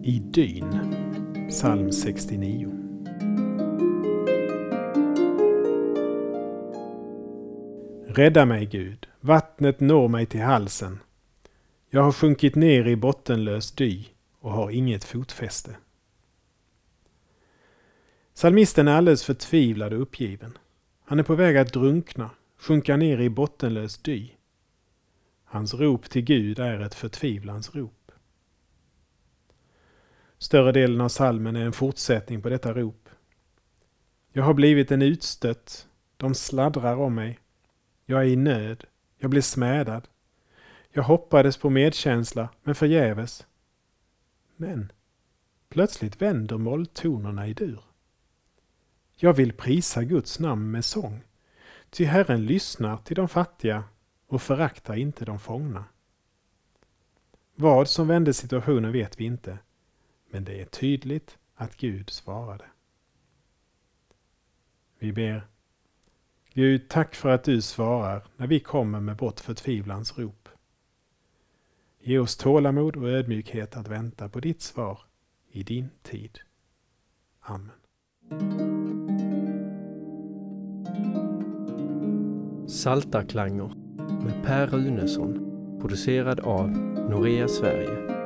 I dyn, psalm 69. Rädda mig, Gud, vattnet når mig till halsen. Jag har sjunkit ner i bottenlös dy och har inget fotfäste. Psalmisten är alldeles förtvivlad och uppgiven. Han är på väg att drunkna, sjunka ner i bottenlös dy. Hans rop till Gud är ett förtvivlans rop. Större delen av psalmen är en fortsättning på detta rop. Jag har blivit en utstött, de sladdrar om mig. Jag är i nöd, jag blir smädad. Jag hoppades på medkänsla, men förgäves. Men plötsligt vänder molltonerna i dur. Jag vill prisa Guds namn med sång, ty Herren lyssnar till de fattiga och föraktar inte de fångna. Vad som vände situationen vet vi inte, men det är tydligt att Gud svarade. Vi ber: Gud, tack för att du svarar när vi kommer med vårt förtvivlans rop. Ge oss tålamod och ödmjukhet att vänta på ditt svar i din tid. Amen. Saltarklanger med Per Runesson, producerad av Norea Sverige.